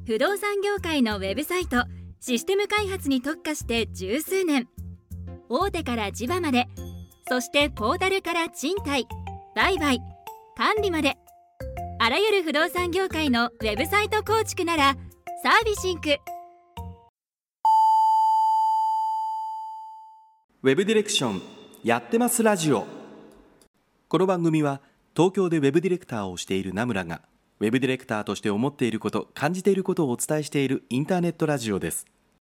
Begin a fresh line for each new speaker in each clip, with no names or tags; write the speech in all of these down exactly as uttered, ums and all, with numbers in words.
不動産業界のウェブサイト、システム開発に特化して十数年。大手から地場まで、そしてポータルから賃貸、売買、管理まで、あらゆる不動産業界のウェブサイト構築ならサービシンク。
ウェブディレクションやってますラジオ。この番組は東京でウェブディレクターをしている名村がウェブディレクターとして思っていること、感じていることをお伝えしているインターネットラジオです。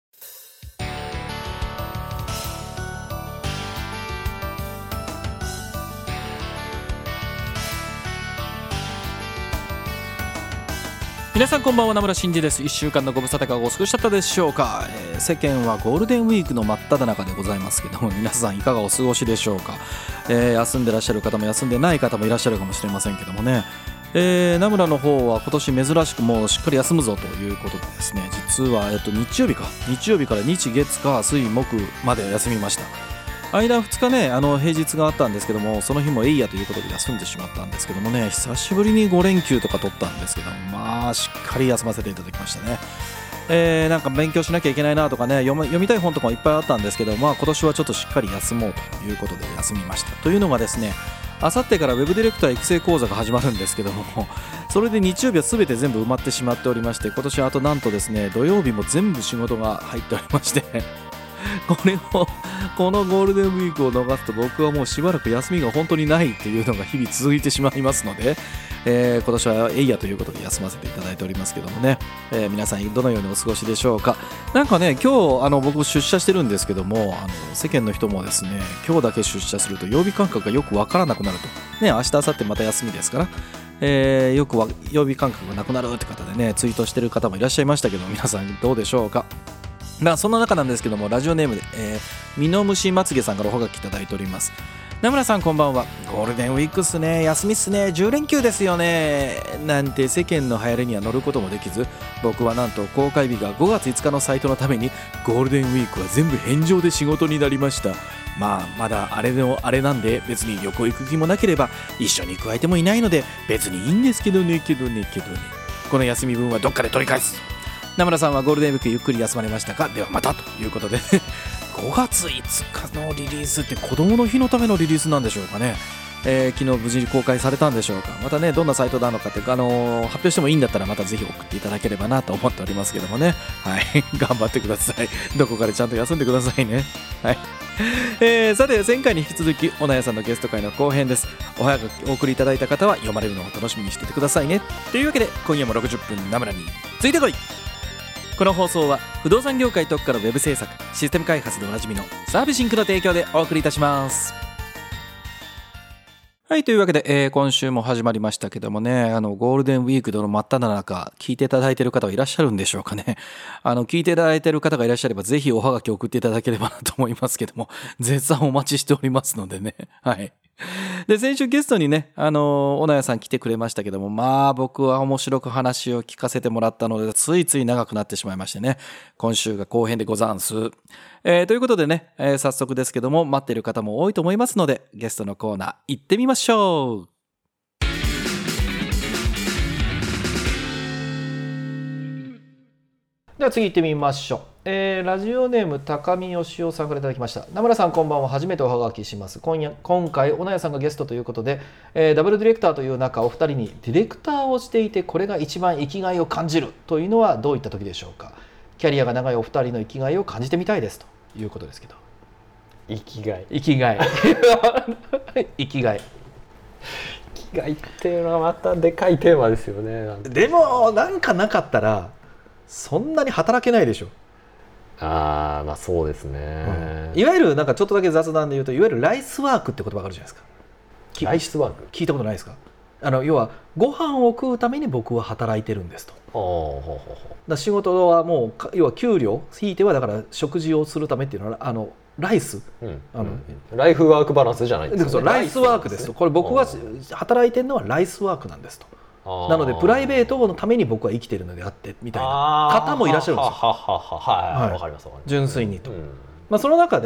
皆さんこんばんは、名村真司です。いっしゅうかんのご無沙汰がお過ごしだったでしょうか。えー、世間はゴールデンウィークの真っ只中でございますけども、皆さんいかがお過ごしでしょうか。えー、休んでらっしゃる方も休んでない方もいらっしゃるかもしれませんけどもね、えー、名村の方は今年珍しくもうしっかり休むぞということでですね、実は、えっと、日曜日か日曜日から日月火水木まで休みました。間ふつかね、あの平日があったんですけども、その日もえいやということで休んでしまったんですけどもね、久しぶりにご連休とか取ったんですけども、まあしっかり休ませていただきましたね。えー、なんか勉強しなきゃいけないなとかね、読み、読みたい本とかもいっぱいあったんですけど、まあ今年はちょっとしっかり休もうということで休みました。というのがですね、あさってからウェブディレクター育成講座が始まるんですけども、それで日曜日は全て全部埋まってしまっておりまして、今年はあとなんとですね、土曜日も全部仕事が入っておりましてこれをこのゴールデンウィークを逃すと僕はもうしばらく休みが本当にないというのが日々続いてしまいますので、えー、今年はえいやということで休ませていただいておりますけどもね、えー、皆さんどのようにお過ごしでしょうか。なんかね、今日あの僕出社してるんですけども、あの世間の人もですね、今日だけ出社すると曜日感覚がよくわからなくなるとね、明日明後日また休みですから、えー、よくわ曜日感覚がなくなるって方でねツイートしてる方もいらっしゃいましたけど、皆さんどうでしょうか。まあそんな中なんですけども、ラジオネームで、えー、ミノムシまつげさんからおはがきいただいております。名村さんこんばんは。ゴールデンウィークっすね、休みっすね、じゅう連休ですよねなんて世間の流行りには乗ることもできず、僕はなんと公開日がごがついつかのサイトのためにゴールデンウィークは全部返上で仕事になりました。まあまだあれのあれなんで別に旅行行く気もなければ一緒に行く相手もいないので別にいいんですけどねけどねけどねこの休み分はどっかで取り返す。名村さんはゴールデンウィークゆっくり休まれましたか。ではまたということでごがついつかのリリースって子供の日のためのリリースなんでしょうかね。えー、昨日無事に公開されたんでしょうか。またね、どんなサイトなのかって、あのー、発表してもいいんだったらまたぜひ送っていただければなと思っておりますけどもね。はい頑張ってください。どこかでちゃんと休んでくださいね。はい、えー、さて前回に引き続きおなやさんのゲスト会の後編です。お早くお送りいただいた方は読まれるのを楽しみにしててくださいね。というわけで今夜もろくじゅっぷん名村についてこい。この放送は不動産業界特化のウェブ制作、システム開発でおなじみのサービシンクの提供でお送りいたします。はい、というわけで、えー、今週も始まりましたけどもね、あのゴールデンウィークの真っ只中聞いていただいている方はいらっしゃるんでしょうかね。あの聞いていただいている方がいらっしゃればぜひおはがき送っていただければなと思いますけども、絶賛お待ちしておりますのでね。はい。で先週ゲストにね、あのおなやさん来てくれましたけども、まあ僕は面白く話を聞かせてもらったのでついつい長くなってしまいましてね、今週が後編でござんす。えー、ということでね、えー、早速ですけども待っている方も多いと思いますので、ゲストのコーナー行ってみましょう。では次行ってみましょう。えー、ラジオネーム高見義雄さんからいただきました。名村さんこんばんは。初めておはがきします。今夜今回おなやさんがゲストということで、えー、ダブルディレクターという中お二人にディレクターをしていてこれが一番生きがいを感じるというのはどういった時でしょうか。キャリアが長いお二人の生きがいを感じてみたいですということですけど。
生きがい
生きがい生きがい
生きがいっていうのはまたでかいテーマですよね。なん
でもなんかなかったらそんなに働けないでしょ。
あーまあそうですね、
うん、いわゆるなんかちょっとだけ雑談で言うと、いわゆるライスワークって言葉があるじゃないですか。
ライスワーク
聞いたことないですか。あの要はご飯を食うために僕は働いてるんですと。
ほうほうほうほう。
だ仕事はもう要は給料ひいてはだから食事をするためっていうのはあのライス、
うん、
あの、
うん、ライフワークバランスじゃないですか、ね、
ライスワークですと。これ僕は働いてるのはライスワークなんですと。なのでプライベートのために僕は生きているのであってみたいな方もいらっしゃるんですよ。
はい、わかります。
純粋にと、
うん、
まあ、その中で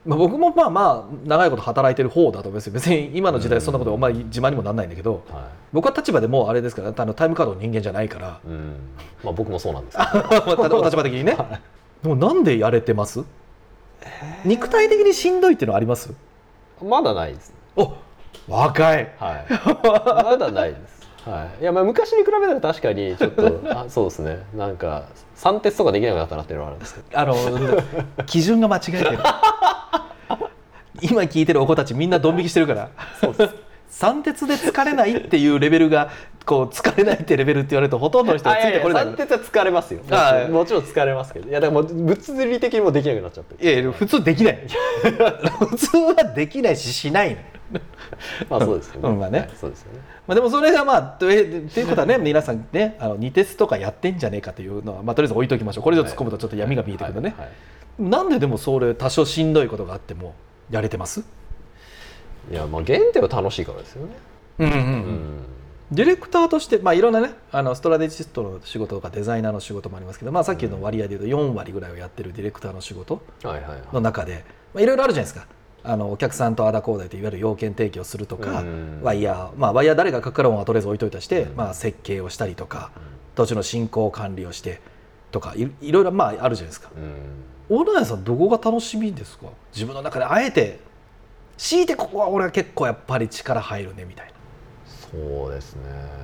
まあ、僕もまあまあ長いこと働いてる方だと思いますよ。別に今の時代そんなことお前自慢にもなんないんだけど、はい、僕は立場でもうあれですから、あのタイムカードの人間じゃないから、
うんまあ、僕もそうなんですけ
どお立場的にね、はい、でもなんでやれてます？肉体的にしんどいっていうのはあります？
まだないです、ね、
お若い、
はい、まだないです、はい、いやまあ昔に比べたら確かにちょっとあそうですね、なんか算鉄とかできなくなったなっていうのはあるんですけど、
あの基準が間違えてる今聞いてるお子たちみんなドン引きしてるからそうです算鉄で疲れないっていうレベルがこう疲れないってレベルって言われるとほとんどの人はついてこれない。
算鉄は疲れますよ、もちろん、もちろん疲れますけど、いやだからもう物理的にもできなくなっちゃって、
いやいや普通できない普通はできないししないの
まあそうですよね、
うんまあね、はい、
そうですよね。
まあ、でもそれがまあということはね皆さんねあのに鉄とかやってんじゃねえかというのは、まあ、とりあえず置いときましょう。これ以上突っ込むとちょっと闇が見えてくるのね、はいはいはい、なんででもそれ多少しんどいことがあってもやれてます？
いやまあ原点は楽しいからですよね。
うんうんうん、ディレクターとして、まあ、いろんなねあのストラテジストの仕事とかデザイナーの仕事もありますけど、まあ、さっきの割合でいうとよん割ぐらいをやってるディレクターの仕事の中で、まあ、いろいろあるじゃないですか。あのお客さんとあだこうだいといわゆる要件提供するとか、ワイヤー、まあ、ワイヤー誰が書くか論はとりあえず置いといたして、まあ、設計をしたりとか土地の進行管理をしてとか い, いろいろまああるじゃないですか。大野谷さんどこが楽しみですか？自分の中であえて強いてここは俺は結構やっぱり力入るねみたいな。
そうですね、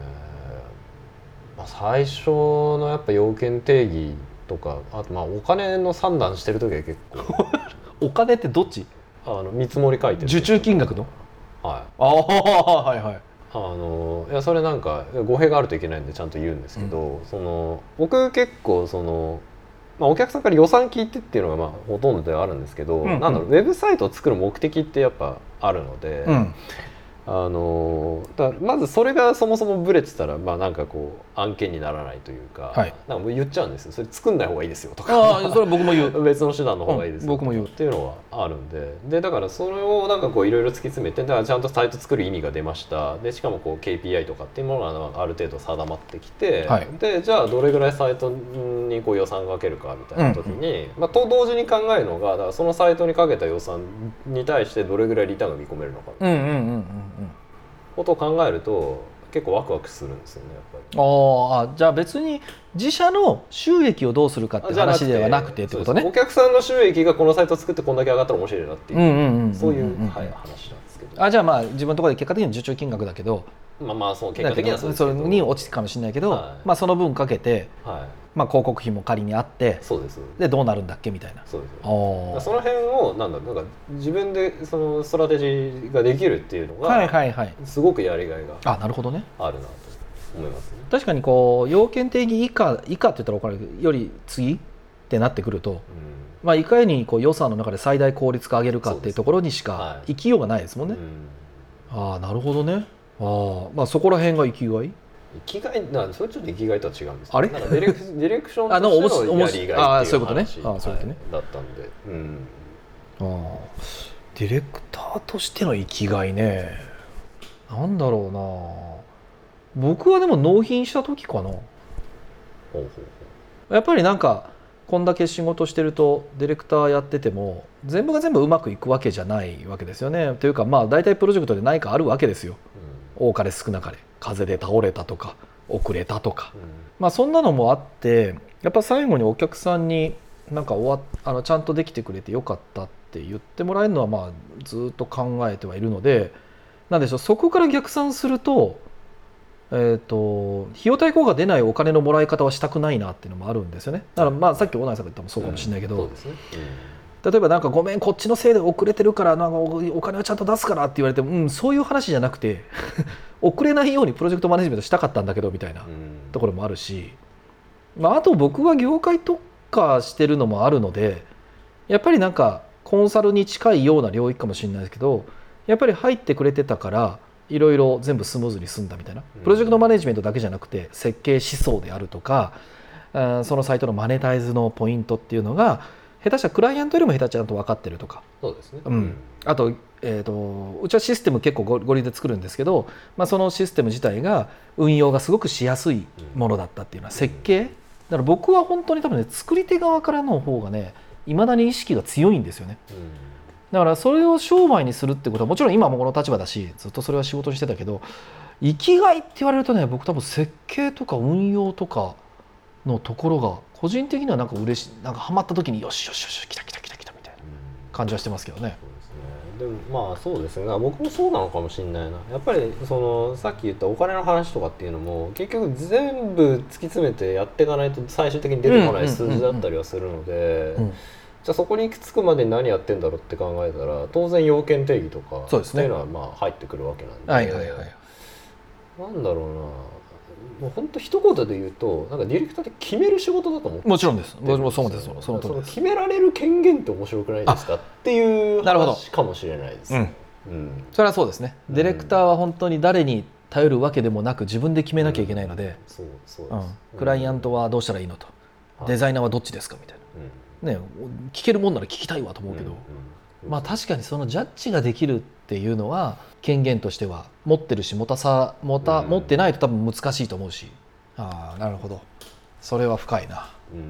まあ、最初のやっぱ要件定義とか、あとまあお金の算段してる時は結構
お金ってどっち？
あの見積もり書いてる
受注金額の、
はい、
ああはいはい、
あのいやそれなんか語弊があるといけないんでちゃんと言うんですけど、うん、その僕結構その、まあ、お客さんから予算聞いてっていうのがまあほとんどではあるんですけど、うんうん、なんだろうウェブサイトを作る目的ってやっぱあるので、うん、あのだまずそれがそもそもブレてたら、まあ、なんかこう案件にならないというか、はい、なんかもう言っちゃうんですよ。それ作んない方がいいですよとか、
あそれ僕も言う
別の手段の方がいいですよ、
うん、僕も言う
っていうのはあるんで、でだからそれをなんかこういろいろ突き詰めて、だからちゃんとサイト作る意味が出ました。でしかもこう ケーピーアイ とかっていうものがある程度定まってきて、はい、でじゃあどれぐらいサイトにこう予算がかけるかみたいな時に、うんうん、まあ、と同時に考えるのがだからそのサイトにかけた予算に対してどれぐらいリターンが見込めるのか。うんうんうんうんうんことを考えると結構ワクワクするんですよね、やっぱり。
ああ、じゃあ別に自社の収益をどうするかって話ではなくてってことね。
お客さんの収益がこのサイトを作ってこんだけ上がったら面白いなっていうそういう、はい、話なんですけど。
あじゃあまあ自分のところで結果的に受注金額だけど、
まあまあその結果的にはそうですけど、
それに落ちてかもしれないけど、はい、まあその分かけて、はい、まあ広告費も仮にあって、
そうです。
でどうなるんだっけみたいな。
そうです。あその辺をなんだなんか自分でそのストラテジーができるっていうのが、はいはいはい、すごくやりがいが
あなるほどね
あるなと思いますね。
確かにこう要件定義以下以下って言ったら分かるけどより次ってなってくると、うん、まあいかにこう予算の中で最大効率化上げるかっていうところにしか生きようがないですもんね。うん、ああなるほどね。あまあそこら辺が生きがい
生きがいなそれちょっと生きがいとは違うんです
あれ
なんかディレク、ディレクションとしてのやりがいっていう話、
あそういうことねあそういうことね、
はい、だったんで、うん、
あディレクターとしての生きがいねなんだろうな僕はでも納品した時かな。ほうほうほうやっぱりなんかこんだけ仕事してるとディレクターやってても全部が全部うまくいくわけじゃないわけですよね。というかまあ大体プロジェクトで何かあるわけですよ、うん、多かれ少なかれ風で倒れたとか遅れたとか、うん、まあそんなのもあってやっぱ最後にお客さんになんか終わあのちゃんとできてくれてよかったって言ってもらえるのはまあずっと考えてはいるのでなんでしょうそこから逆算するとえー、と費用対効果が出ないお金のもらい方はしたくないなっていうのもあるんですよね。だからまあさっき小内さんが言ったのもそうかもしれないけど、うんそうですねうん、例えばなんかごめんこっちのせいで遅れてるからなんかお金をちゃんと出すからって言われても、うん、そういう話じゃなくて遅れないようにプロジェクトマネジメントしたかったんだけどみたいなところもあるし、まあ、あと僕は業界特化してるのもあるのでやっぱりなんかコンサルに近いような領域かもしれないですけどやっぱり入ってくれてたからいろいろ全部スムーズに済んだみたいなプロジェクトマネジメントだけじゃなくて設計思想であるとかそのサイトのマネタイズのポイントっていうのが下手したらクライアントよりも下手ちゃんと分かってるとか
そうですね、
うん、あと、えーとうちはシステム結構ゴリで作るんですけど、まあ、そのシステム自体が運用がすごくしやすいものだったっていうのは設計だから僕は本当に多分ね作り手側からの方がねいまだに意識が強いんですよね。 だからそれを商売にするってことはもちろん今もこの立場だしずっとそれは仕事にしてたけど、生きがいって言われるとね、僕多分設計とか運用とかのところが個人的にはなんか嬉しい、なんかハマった時によしよしよし来た来た来た来たみたいな感じはしてますけどね。
でもまあそうですね、僕もそうなのかもしれないな。やっぱりそのさっき言ったお金の話とかっていうのも結局全部突き詰めてやっていかないと最終的に出てこない数字だったりはするので、じゃあそこに行き着くまでに何やってんだろうって考えたら当然要件定義とか
そうですね
っていうのはまあ入ってくるわけなんで、
はいはいはい、
なんだろうな、もう本当一言で言うとなんかディレクターって決める仕事だと思って、
もちろんです、僕もそうです、その通りです。
決められる権限って面白くないですかっていう話かもしれないです。うんうん、
それはそうですね。ディレクターは本当に誰に頼るわけでもなく自分で決めなきゃいけないので、クライアントはどうしたらいいのと、うん、デザイナーはどっちですかみたいな、うんね、聞けるもんなら聞きたいわと思うけど、うんうん、まあ確かにそのジャッジができるっていうのは権限としては持ってるし、持たさ持た、うん、持ってないと多分難しいと思うし、ああなるほど、それは深いな、
うん、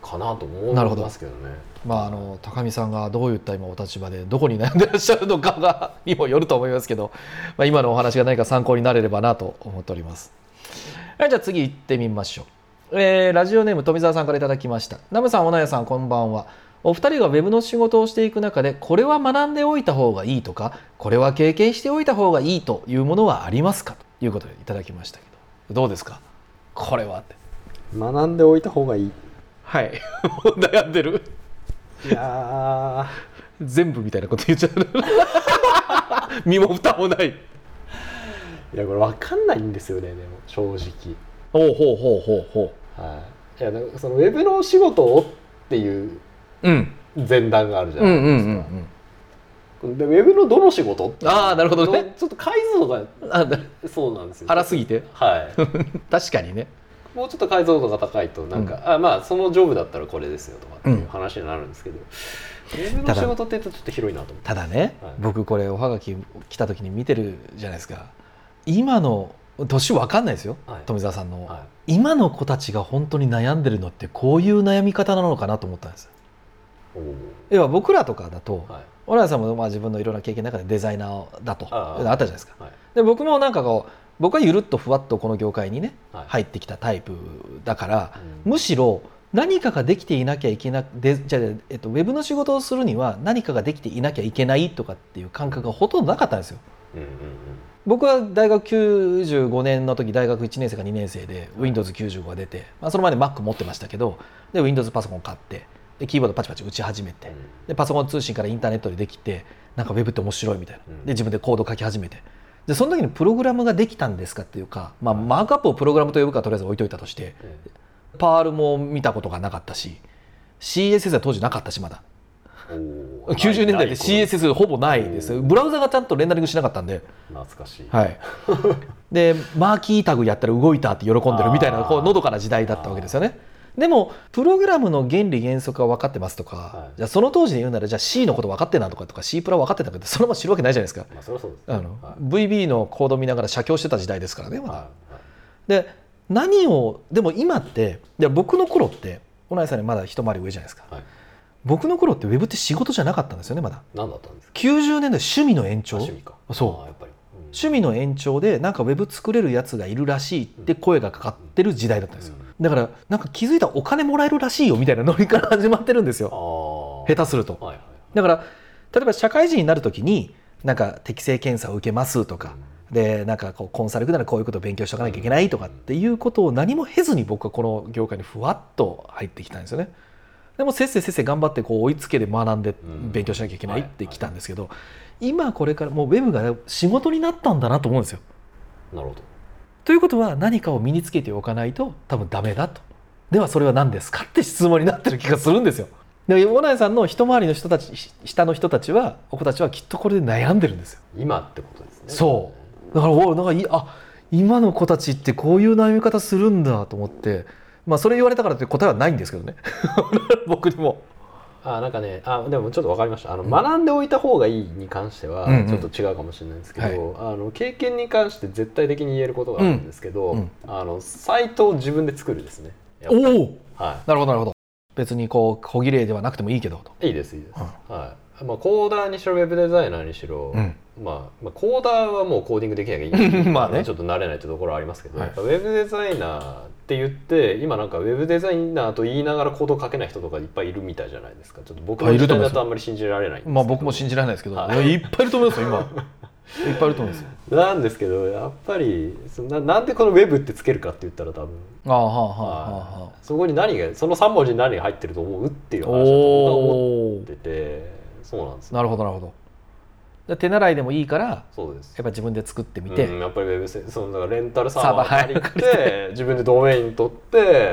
かなと思いますけどね。
まあ、あの高見さんがどういった今お立場でどこに悩んでらっしゃるのかがにもよると思いますけど、まあ、今のお話が何か参考になれればなと思っております。はい、じゃあ次行ってみましょう。えー、ラジオネーム富澤さんからいただきました。ナムさん、おなやさん、こんばんは。お二人がウェブの仕事をしていく中でこれは学んでおいた方がいいとかこれは経験しておいた方がいいというものはありますかということでいただきましたけど、どうですかこれはって。
学んでおいた方がいい。
はい悩んでる。
いや
全部みたいなこと言っちゃう身も蓋もない。
いやこれ分かんないんですよね、でも正直。
ほうほうほうほうほ
う、はい、いやそのウェブのお仕事をっていう前段があるじゃないですか。でウェブのどの仕事って、
ああなるほどね、
ちょっと解像がそうなんですよ、ね、
荒すぎて、
はい
確かにね、
もうちょっと解像度が高いとなんか、うん、あまあそのジョブだったらこれですよとかっていう話になるんですけど、うん、ウェブの仕事って言うとちょっと広いなと思って。
ただね、はい、僕これおはがき来た時に見てるじゃないですか。今の年分かんないですよ、はい、富澤さんの、はい、今の子たちが本当に悩んでるのってこういう悩み方なのかなと思ったんです。要は僕らとかだと、はい、小野さんもまあ自分のいろんな経験の中でデザイナーだとあったじゃないですか、はい、で僕もなんかこう僕はゆるっとふわっとこの業界にね、はい、入ってきたタイプだから、うん、むしろ何かができていなきゃいけなくでじゃあ、えっと、ウェブの仕事をするには何かができていなきゃいけないとかっていう感覚がほとんどなかったんですよ、うんうんうん、僕は大学きゅうじゅうごねんの時大学いちねん生かにねん生で ウィンドウズきゅうじゅうご が出て、まあ、その前で Mac 持ってましたけどで Windows パソコン買ってでキーボードパチパチ打ち始めて、うん、でパソコン通信からインターネットでできてなんかウェブって面白いみたいなで自分でコード書き始めてでその時にプログラムができたんですかっていうか、まあ、マークアップをプログラムと呼ぶかとりあえず置いといたとして、うん、パールも見たことがなかったし シーエスエス は当時なかったしまだきゅうじゅうねんだいで シーエスエス ほぼないです。ブラウザがちゃんとレンダリングしなかったんで
懐かしい、
はい、でマーキータグやったら動いたって喜んでるみたいなこうのどかな時代だったわけですよね。でもプログラムの原理原則が分かってますとか、はい、じゃあその当時で言うならじゃあ C のこと分かってんなとかとか C プラ分かってたかってそのまま知るわけないじゃないですか、
まあ、それはそうです、
あの、はい、ブイビー のコード見ながら写経してた時代ですからねまだ、はいはい、で何をでも今ってで僕の頃って小野さんにまだ一回り上じゃないですか、はい、僕の頃ってウェブって仕事じゃなかったんですよねまだ。
何だったんですか。
きゅうじゅうねんだい趣味の延長。
趣味か。
そう
やっぱり、うん、
趣味の延長でなんかウェブ作れるやつがいるらしいって声がかかってる時代だったんですよ、うん、だからなんか気づいたらお金もらえるらしいよみたいなノリから始まってるんですよ下手すると、はいはいはい、だから例えば社会人になるときになんか適性検査を受けますとか、うん、でなんかこうコンサルならこういうことを勉強しておかなきゃいけないとかっていうことを何も経ずに僕はこの業界にふわっと入ってきたんですよね。でもせっせせっせ頑張ってこう追いつけで学んで勉強しなきゃいけないってきたんですけど、今これからもうウェブが仕事になったんだなと思うんですよ。
なるほど。
ということは何かを身につけておかないと多分ダメだと。ではそれは何ですかって質問になってる気がするんですよ。で小野さんの一回りの人たち下の人たちはお子たちはきっとこれで悩んでるんですよ。
今ってことですね。
そうだからおなんかいあ今の子たちってこういう悩み方するんだと思って。まあそれ言われたからって答えはないんですけどね僕にも。
あなんかねあでもちょっと分かりました。あの、うん、学んでおいた方がいいに関してはちょっと違うかもしれないんですけど、うんうんはい、あの経験に関して絶対的に言えることがあるんですけど、うん、あのサイトを自分で作るですね。
おお、はい、なるほどなるほど。別にこう小綺麗ではなくてもいいけどと。
いいですいいです、うん、はい。 まあ、コーダーにしろウェブデザイナーにしろ、うんまあ、まあコーダーはもうコーディングできなきゃいけないまあ、ね、ちょっと慣れないというところはありますけど、はい、ウェブデザイナーって言って今なんかウェブデザイナーと言いながらコードを書けない人とかいっぱいいるみたいじゃないですか。ちょっと僕の時代だとあんまり信じられないんですけど、
まあ、僕も信じられないですけど、はい、いっぱいいると思いますよ今いっぱいいると思いますよ。
なんですけどやっぱりな, なんでこのウェブってつけるかって言ったら多分
ああはあはあはあ
そこに何がそのさん文字に何が入ってると思うっていう話だと僕は思っててそうなんです、ね、
なるほどなるほど。手習いでもいいから
そうです
やっぱ自分で作ってみて、
うん、やっぱりウェブセそのだからレンタルサーバー借りて自分でドメイン取って、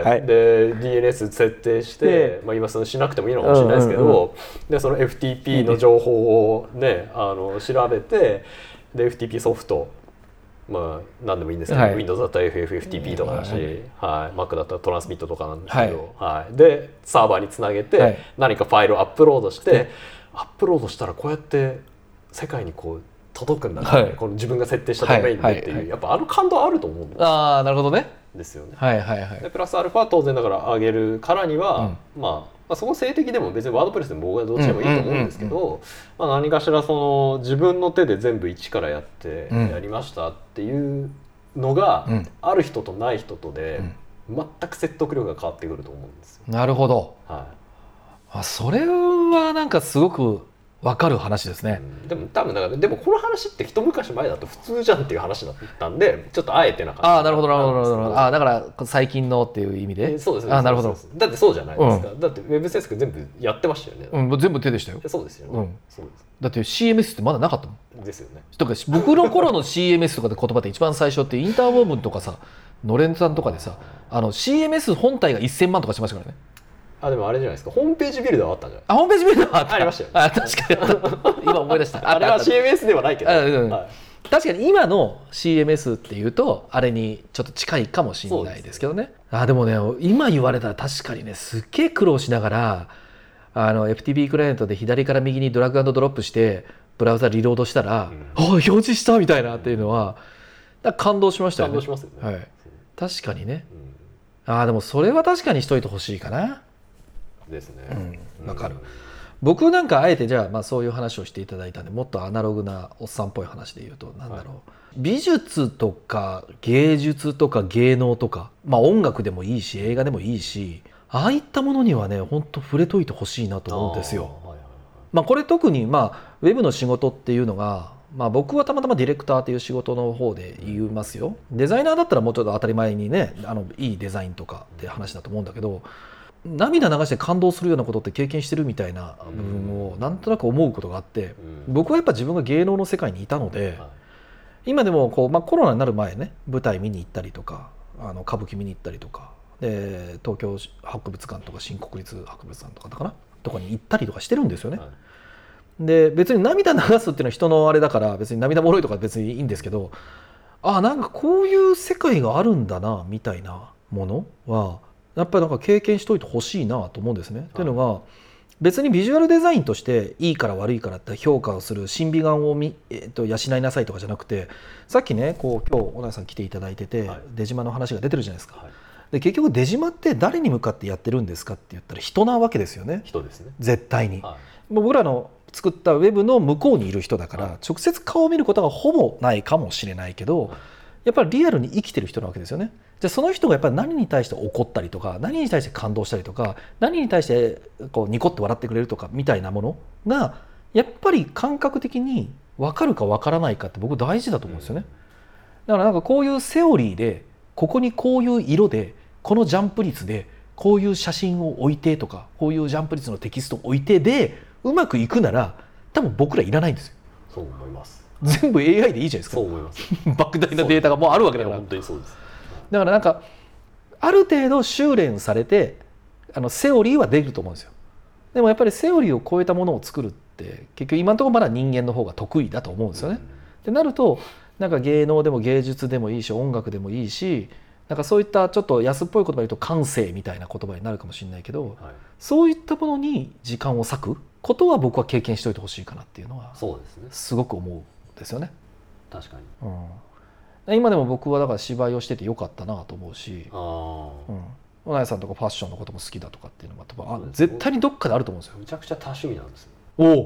はい、で ディーエヌエス 設定して、まあ、今そのしなくてもいいのかもしれないですけど、うんうんうん、でその エフティーピー の情報を、ね、あの調べてで エフティーピー ソフトまあ何でもいいんですけど、はい、Windows だったら エフエフエフティーピー とかだし、はいはい、Mac だったらトランスミットとかなんですけど、はいはい、でサーバーにつなげて、はい、何かファイルをアップロードして、はい、アップロードしたらこうやって世界にこう届くんだな、ねはい、この自分が設定したドメインでっていう、はいはいはい、やっぱあの感動あると思うんですよ。
ああなるほどね。
ですよね。
はいはいはい。
でプラスアルファ当然だから上げるからには、うんまあ、まあそこ静的でも別にワードプレスでも僕はどっちでもいいと思うんですけど、まあ何かしらその自分の手で全部一からやってやりましたっていうのが、うん、ある人とない人とで、うん、全く説得力が変わってくると思うんですよ。
なるほど。
はい。
あそれはなんかすごく分かる話ですね、
うん、でも多分だからでもこの話って一昔前だと普通じゃんっていう話だったんでちょっとあえてな感じ
ああなるほどなるほどなるほどあだから最近のっていう意味で、
えー、そうですね
あなるほど
だってそうじゃないですか、うん、だってウェブ制作全部やってましたよね、
うん、全部手でしたよ。
そうですよね、うん、そうです
だって シーエムエス ってまだなかったもん
ですよね。
とか僕の頃の シーエムエス とかで言葉って一番最初ってインターウォームとかさのれんさんとかでさあの シーエムエス 本体がせんまんとかしましたからね。
あでもあれじゃないですかホームページビルドはあったんじゃない。
あホームページビルドはあった
ありましたよ、ね、
あ確かにあった今思い出した
あれは シーエムエス ではないけど、うん
はい、確かに今の シーエムエス っていうとあれにちょっと近いかもしれないですけどね。あでもね今言われたら確かにねすっげえ苦労しながらあの エフティーピー クライアントで左から右にドラッグ&ドロップしてブラウザリロードしたら、うん、あ表示したみたいなっていうのはだ感動しましたよね。
感動しますよね、
はい、確かにね、うん、あでもそれは確かにしといてほしいかな
ですね。
うん、分かる、うん、僕なんかあえてじゃあ、まあそういう話をしていただいたんでもっとアナログなおっさんっぽい話で言うとなんだろう、はい、美術とか芸術とか芸能とか、まあ、音楽でもいいし映画でもいいしああいったものにはね本当触れといてほしいなと思うんですよ。はいはいはいまあ、これ特に、まあ、ウェブの仕事っていうのが、まあ、僕はたまたまディレクターっていう仕事の方で言いますよ。デザイナーだったらもうちょっと当たり前にねあのいいデザインとかって話だと思うんだけど涙流して感動するようなことって経験してるみたいな部分をなんとなく思うことがあって僕はやっぱ自分が芸能の世界にいたので今でもこう、まあ、コロナになる前ね舞台見に行ったりとかあの歌舞伎見に行ったりとかで東京博物館とか新国立博物館とかだかなとかに行ったりとかしてるんですよね。で別に涙流すっていうのは人のあれだから別に涙もろいとか別にいいんですけどあなんかこういう世界があるんだなみたいなものはやっぱりなんか経験しといてほしいなと思うんですね。というのが別にビジュアルデザインとしていいから悪いからって評価をする審美眼をみ、えー、と養いなさいとかじゃなくてさっきねこう今日小田井さん来ていただいてて、はい、出島の話が出てるじゃないですか、はい、で結局出島って誰に向かってやってるんですかって言ったら人なわけですよね。
人ですね
絶対に、
はい、
僕らの作ったウェブの向こうにいる人だから、はい、直接顔を見ることがほぼないかもしれないけど、はい、やっぱりリアルに生きてる人なわけですよね。じゃあその人がやっぱり何に対して怒ったりとか何に対して感動したりとか何に対してこうニコって笑ってくれるとかみたいなものがやっぱり感覚的に分かるか分からないかって僕大事だと思うんですよね。だからなんかこういうセオリーでここにこういう色でこのジャンプ率でこういう写真を置いてとかこういうジャンプ率のテキストを置いてでうまくいくなら多分僕らいらないんですよ。
そう思います。
全部 エーアイ でいいじゃないですか。
そう思います
莫大なデータがもうあるわけだから。
本当にそうです。
だからなんかある程度修練されてあのセオリーはできると思うんですよ。でもやっぱりセオリーを超えたものを作るって結局今のところまだ人間の方が得意だと思うんですよね。ってなるとなんか芸能でも芸術でもいいし音楽でもいいしなんかそういったちょっと安っぽい言葉で言うと感性みたいな言葉になるかもしれないけど、はい、そういったものに時間を割くことは僕は経験しておいてほしいかなっていうのは
そうですね。
すごく思うんですよね。
確かに、
うん、今でも僕はだから芝居をしててよかったなと思うし
あ、うん、
小苗さんとかファッションのことも好きだとかっていうのもあ絶対にどっかであると思うんですよ。
めちゃくちゃ多趣味なんですよ。
お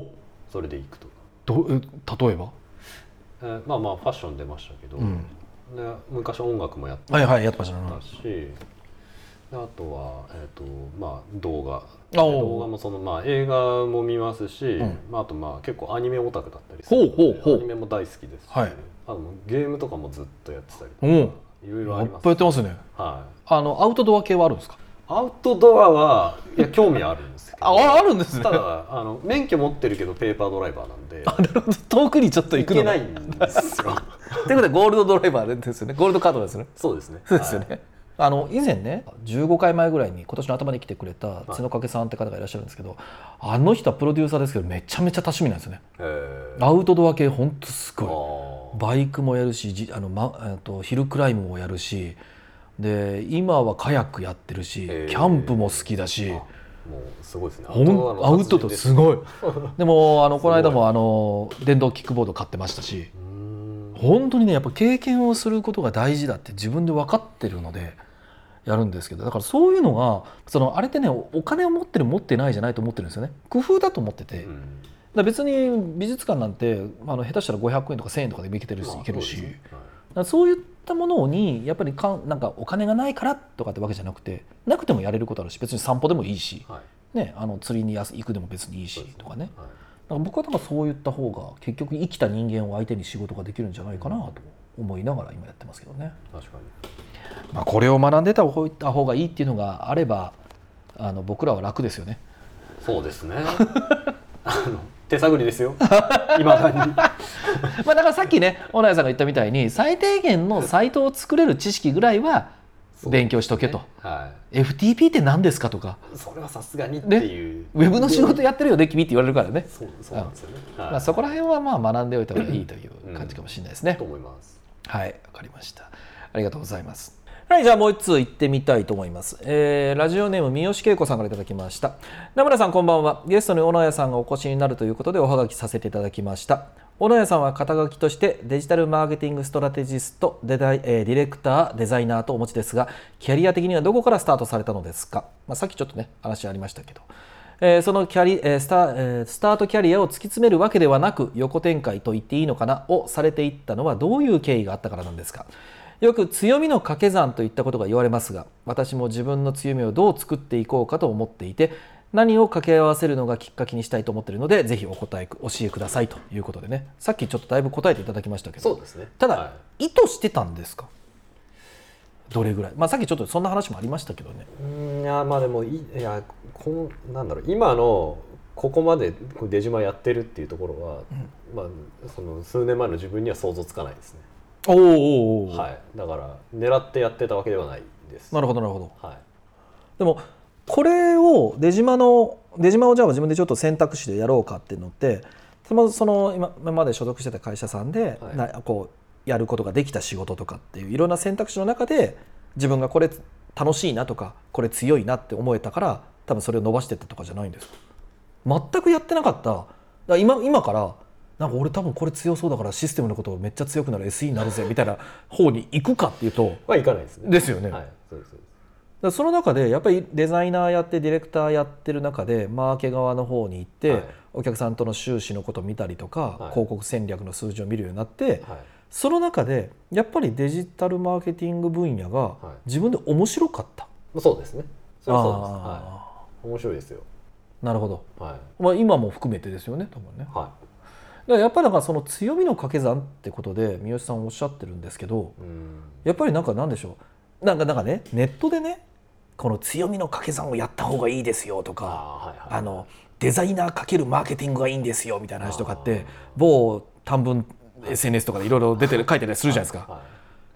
それでいくと。
どえ例えば、
えー、まあまあファッション出ましたけど、うん、で昔音楽もやって
ましたし、はいはい、やってましたね。
あとは、えーとまあ、動画動画もその、まあ、映画も見ますし、うんまあ、あとまあ結構アニメオタクだったりするので、ほうほうほうアニメも大好きですし、はい、あとゲームとかもずっとやってたりとか、いろいろあります、ね、
いっぱいやってますね、はい、あのアウトドア系はあるんですか？
アウトドアはいや興味あるんですけど
ああるんですね。
ただあの免許持ってるけどペーパードライバーなんで、
あなるほど、遠くにちょっと行くの
行けないんですよ
ということでゴールドドライバーですよね。ゴールドカードですね。
そうですね。
そうですよね、はい、あの以前ねじゅうごかいまえぐらいに今年の頭に来てくれた角掛さんって方がいらっしゃるんですけど、あの人はプロデューサーですけどめちゃめちゃ多趣味なんですよね。アウトドア系ほんとすごい、バイクもやるし、あの、ま、あとヒルクライムもやるし、で今はカヤックやってるし、キャンプも好きだし、も
うすごいですね。
アウトドアすごいでもあのこの間もあの電動キックボード買ってましたし、本当にねやっぱ経験をすることが大事だって自分で分かってるのでやるんですけど、だからそういうのがそのあれってねお金を持ってる持ってないじゃないと思ってるんですよね。工夫だと思ってて、うん、だ別に美術館なんてあの下手したらごひゃくえんとかせんえんとかで行けてるし、行けるし、はい、そういったものにやっぱりかなんかお金がないからとかってわけじゃなくて、なくてもやれることあるし、別に散歩でもいいし、はいね、あの釣りに行くでも別にいいしとかね、はい、だから僕はなんかそういった方が結局生きた人間を相手に仕事ができるんじゃないかなと思いながら今やってますけどね。
確かに、
まあ、これを学んでた方がいいっていうのがあればあの僕らは楽ですよね。
そうですねあの手探りですよ今だにま
あだからさっきね小野谷さんが言ったみたいに最低限のサイトを作れる知識ぐらいは勉強しとけと、ねはい、エフティーピー って何ですかとか、
それはさすがにっていう、
ね、ウェブの仕事やってるよね君って言われるからね。
そうそうなんですよね、
うんはいまあ、そこら辺はまあ学んでおいた方がいいという感じかもしれないですね、うん、
と思います。
はい、わかりました。ありがとうございます。はい、じゃあもう一通行ってみたいと思います。えー、ラジオネーム三好恵子さんからいただきました。名村さんこんばんは。ゲストに小野谷さんがお越しになるということでおはがきさせていただきました。小野谷さんは肩書きとしてデジタルマーケティングストラテジスト、デザイ、えー、ディレクター、デザイナーとお持ちですが、キャリア的にはどこからスタートされたのですか？まあ、さっきちょっとね話ありましたけど、えー、そのキャリ、えー スタえー、スタートキャリアを突き詰めるわけではなく横展開と言っていいのかなをされていったのはどういう経緯があったからなんですか？よく強みの掛け算といったことが言われますが、私も自分の強みをどう作っていこうかと思っていて、何を掛け合わせるのがきっかけにしたいと思っているので、ぜひお答え教えくださいということでね、さっきちょっとだいぶ答えていただきましたけど、
そうですね、
ただ、
はい、
意図してたんですか？どれぐらい、まあ、さっきちょっとそんな話もありましたけどね。
うんいやまあでもいやこんなんだろう今のここまで出島やってるっていうところは、うんまあ、その数年前の自分には想像つかないですね。
おーおーおー、
はい、だから狙ってやってたわけではないです。
なるほどなるほど、
はい、
でもこれを出島の出島をじゃあ自分でちょっと選択肢でやろうかっていうのって、そのその今まで所属してた会社さんで、はい、なこうやることができた仕事とかっていういろんな選択肢の中で自分がこれ楽しいなとかこれ強いなって思えたから多分それを伸ばしていったとかじゃないんですか？全くやってなかった。だから今今からなんか俺多分これ強そうだからシステムのことめっちゃ強くなる エスイー になるぜみたいな方に行くかっていうと
はいかないですね。
ですよね。
はい、そうですそうです。
だからその中でやっぱりデザイナーやってディレクターやってる中でマーケ側の方に行って、はい、お客さんとの収支のことを見たりとか、はい、広告戦略の数字を見るようになって、はい、その中でやっぱりデジタルマーケティング分野が自分で面白かった、
はい、そうですね。それはそうです、はい、面白いですよ。
なるほど、
はい
まあ、今も含めてですよね多分ね、
はい、
だからやっぱりなんかその強みの掛け算ってことで三好さんおっしゃってるんですけど、うん、やっぱりなんかなんでしょうなんかなんかねネットでねこの強みの掛け算をやった方がいいですよとか あ、はいはい、あのデザイナーかけるマーケティングがいいんですよみたいな話とかって某短文 エスエヌエス とかでいろいろ出てる書いてたりするじゃないですか、はいはい、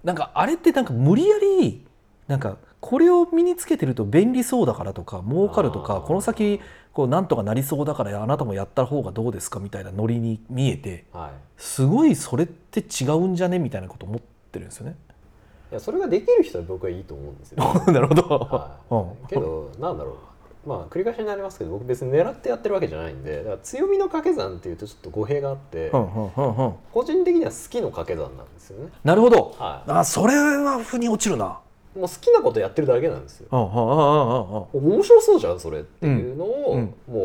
なんかあれってなんか無理やりなんかこれを身につけてると便利そうだからとか儲かるとかこの先こうなんとかなりそうだからあなたもやった方がどうですかみたいなノリに見えて、はい、すごいそれって違うんじゃねみたいなこと思ってるんですよね。
いやそれができる人は僕はいいと思うんですよ、
ね、なるほど、
はいうん、けどなんだろうまあ繰り返しになりますけど僕別に狙ってやってるわけじゃないんでだから強みの掛け算っていうとちょっと語弊があって、うんうんうんうん、個人的には好きの掛け算なんですよね。
なるほど、
はい、
あそれは腑に落ちるな。
もう好きなことやってるだけなんですよ。面白そうじゃんそれっていうのを、うん、もう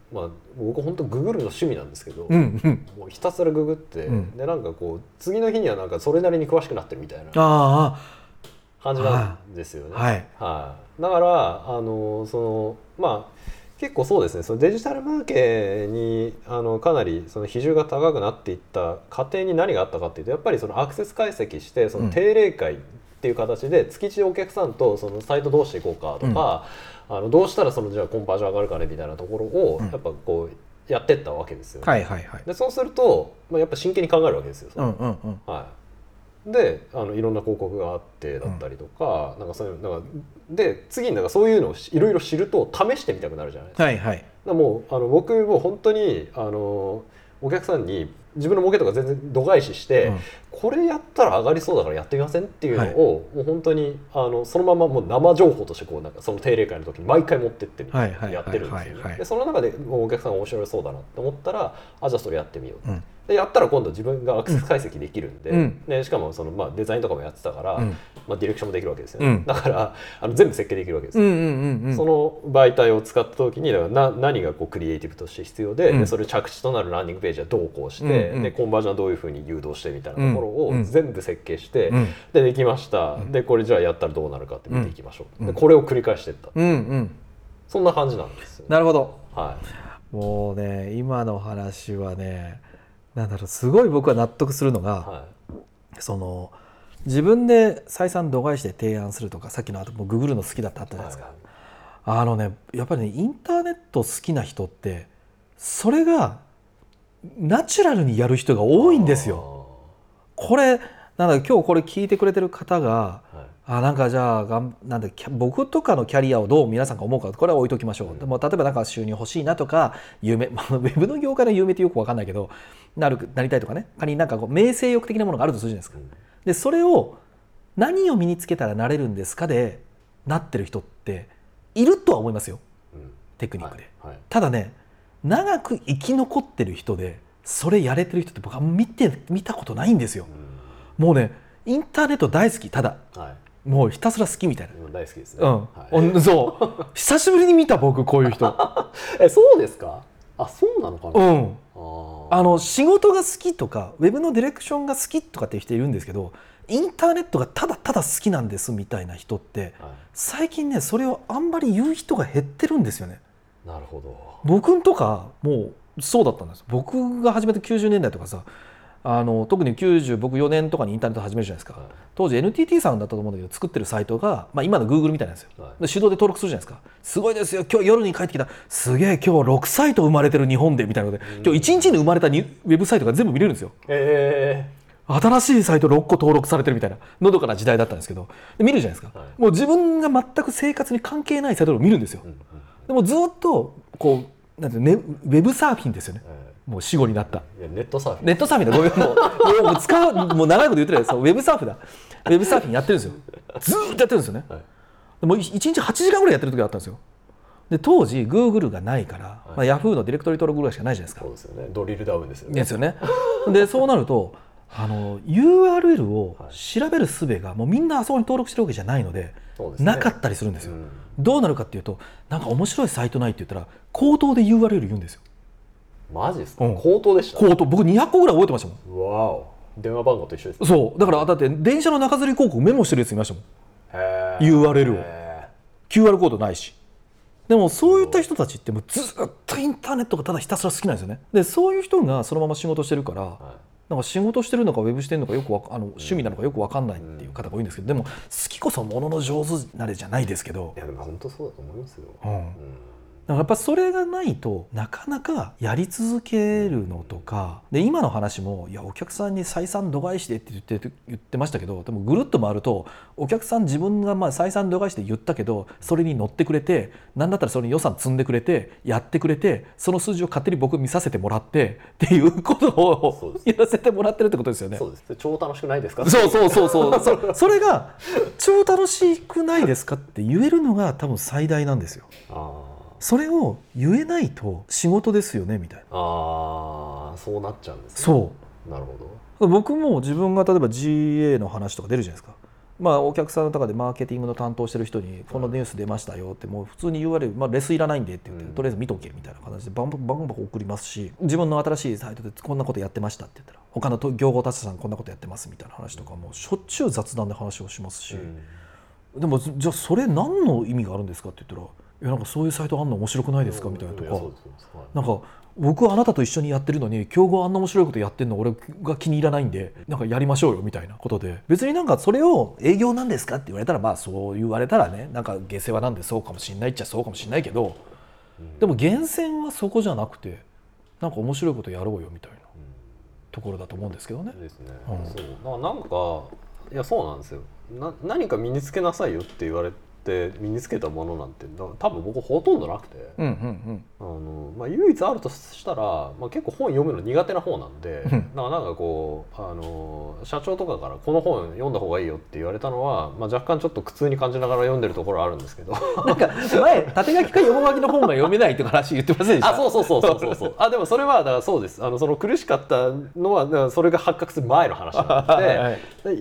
まあ、僕本当ググるの趣味なんですけど、
うんうん、
もうひたすらググって、うん、でなんかこう次の日にはなんかそれなりに詳しくなってるみたいな感じなんですよね。
はい、
はい、だからあのそのまあ結構そうですね、そのデジタルマーケにあのかなりその比重が高くなっていった過程に何があったかっていうと、やっぱりそのアクセス解析してその定例会っていう形で月一お客さんとそのサイトどうしていこうかとか、うん、あのどうしたらそのじゃあコンバージョン上がるかねみたいなところをやっぱこうやってったわけですよね。
はいはいはい、
でそうすると、まあ、やっぱ真剣に考えるわけですよ。
うんうんうん、
はい、であのいろんな広告があってだったりとか、うん、なんかそういうなんかで次になんかそういうのをいろいろ知ると試してみたくなるじゃないですか。
はいはい、
だもうあの僕も本当にあのお客さんに自分の儲けとか全然度外視して、うん、これやったら上がりそうだからやってみませんっていうのを、はい、もう本当にあのそのままもう生情報としてこうなんかその定例会の時に毎回持ってってやってるんですよね。でその中でお客さんが面白そうだなって思ったら、あじゃあそれやってみよう、うん、でやったら今度自分がアクセス解析できるんで、うん、でしかもその、まあ、デザインとかもやってたから、うんまあ、ディレクションもできるわけですよね、うん、だからあの全部設計できるわけですよ、うんうんうんうん、その媒体を使った時にだからな何がこうクリエイティブとして必要 で,、うん、でそれ着地となるランディングページはどうこうして、うんうん、でコンバージョンはどういうふうに誘導してみたいなところを全部設計して、うん、でできました、うん、でこれじゃあやったらどうなるかって見ていきましょう、うん、でこれを繰り返していった、うんうん、そんな感じなんですよ、ね、
なるほど、
はい、
もうね今の話はねなんだろうすごい僕は納得するのが、はい、その自分で採算度外視で提案するとかさっきのあともうググるの好きだってあったじゃないですか、はい、あのねやっぱりねインターネット好きな人ってそれがナチュラルにやる人が多いんですよ。これなんだ今日これ聞いてくれてる方が、はい、あなんかじゃあがんなんだ僕とかのキャリアをどう皆さんが思うかこれは置いときましょう、うん、でも例えばなんか収入欲しいなとか有名、まあ、ウェブの業界の有名ってよく分かんないけどなるなりたいとかね仮になんかこう名声欲的なものがあるとするじゃないですか、うん、でそれを何を身につけたらなれるんですかでなってる人っているとは思いますよ、うん、テクニックで、はいはい、ただね長く生き残ってる人でそれやれてる人って僕は見て見たことないんですよ、うん、もうねインターネット大好きただ、はい、もうひたすら好きみたいな
大好きですね、
うんはい、そう久しぶりに見た僕こういう人
えそうですかあそうなのかな、
うん、あの仕事が好きとかウェブのディレクションが好きとかっていう人いるんですけどインターネットがただただ好きなんですみたいな人って、はい、最近ねそれをあんまり言う人が減ってるんですよね。
なるほど。
僕んとかもうそうだったんです。僕が始めたきゅうじゅうねんだいとかさあの特にきゅうじゅう僕よねんとかにインターネット始めるじゃないですか、はい、当時 エヌティーティー さんだったと思うんだけど作ってるサイトが、まあ、今の Google みたいなんですよ、はい、で手動で登録するじゃないですか。すごいですよ今日夜に帰ってきたすげえ今日ろくサイト生まれてる日本でみたいなので今日いちにちに生まれたにウェブサイトが全部見れるんですよ、
え
ー、新しいサイトろっこ登録されてるみたいなのどかな時代だったんですけど見るじゃないですか、はい、もう自分が全く生活に関係ないサイトを見るんですよ、うんうん、でもずっとこうなんていう、ね、ウェブサーフィンですよね、はいもう死後になった
いやネットサーフィン
ネットサーフィンだごめんもうもう使うもう長いこと言ってるそうウェブサーフだウェブサーフィンやってるんですよずーっとやってるんですよね、はい、でもいちにちはちじかんぐらいやってる時があったんですよ。で当時 Google がないから、はいまあ、Yahoo のディレクトリ登録ぐらいしかないじゃないですか。
そうですよねドリルダウンですよね
ですよねでそうなるとあの ユーアールエル を調べる術がもうみんなあそこに登録してるわけじゃないので、はい、なかったりするんですよ、うん、どうなるかっていうとなんか面白いサイトないって言ったら口頭で ユーアールエル 言うんですよ。
マジですか、うん、口頭でした、
口頭僕にひゃっこぐらい覚えてましたもん。
わお電話番号と一緒です、ね、
そうだからだって電車の中吊り広告メモしてるやついましたもんへ ユーアールエル を キューアール コードないし。でもそういった人たちってもうずっとインターネットがただひたすら好きなんですよね。でそういう人がそのまま仕事してるから、はい、なんか仕事してるのかウェブしてるのかよくわあの趣味なのかよく分かんないっていう方が多いんですけど、でも好きこそものの上手なれじゃないですけど。
いやでも本当そうだと思いますよ、
うんうんだからやっぱそれがないとなかなかやり続けるのとかで今の話もいやお客さんに採算度外視でって言って、言ってましたけどでもぐるっと回るとお客さん自分がまあ採算度外視で言ったけどそれに乗ってくれてなんだったらそれに予算積んでくれてやってくれてその数字を勝手に僕見させてもらってっていうことをやらせてもらってるってことですよね。
そうです超楽しくないですか。
そうそうそうそうそ, それが超楽しくないですかって言えるのが多分最大なんですよ。あそれを言えないと仕事ですよねみたいな。
ああそうなっちゃうんですね。
そう
なるほ
ど。僕も自分が例えば ジーエー の話とか出るじゃないですか。 まあ、お客さんの中でマーケティングの担当してる人にこのニュース出ましたよってもう普通に言われる、まあ、レスいらないんでって言って、うん、とりあえず見とけみたいな形でバンバンバンバン送りますし、自分の新しいサイトでこんなことやってましたって言ったら他の競合他社さんこんなことやってますみたいな話とかもしょっちゅう雑談で話をしますし、うん、でもじゃあそれ何の意味があるんですかって言ったら、いやなんかそういうサイトあんの面白くないですかみたいなとか、なんか僕はあなたと一緒にやってるのに競合あんな面白いことやってんの俺が気に入らないんでなんかやりましょうよみたいなことで、別になんかそれを営業なんですかって言われたらまあそう言われたらね、なんか下世話なんでそうかもしんないっちゃそうかもしんないけど、でも源泉はそこじゃなくてなんか面白いことやろうよみたいなところだと思うんですけどね。
ですね、うん、そうなんかいやそうなんですよ。な何か身につけなさいよって言われて身につけたものなんて多分僕ほとんどなくて、うんうんうん、あのまあ、唯一あるとしたら、まあ、結構本読むの苦手な方なんで、うん、なんかなんかこうあの社長とかからこの本読んだ方がいいよって言われたのは、まあ、若干ちょっと苦痛に感じながら読んでるところはあるんですけど
なんか前縦書きか横書きの本が読めないって話言ってませんでした？
あ、そうそうそうそうそうそうあでもそれはだからそうです。あのその苦しかったのはだからそれが発覚する前の話なので、はい、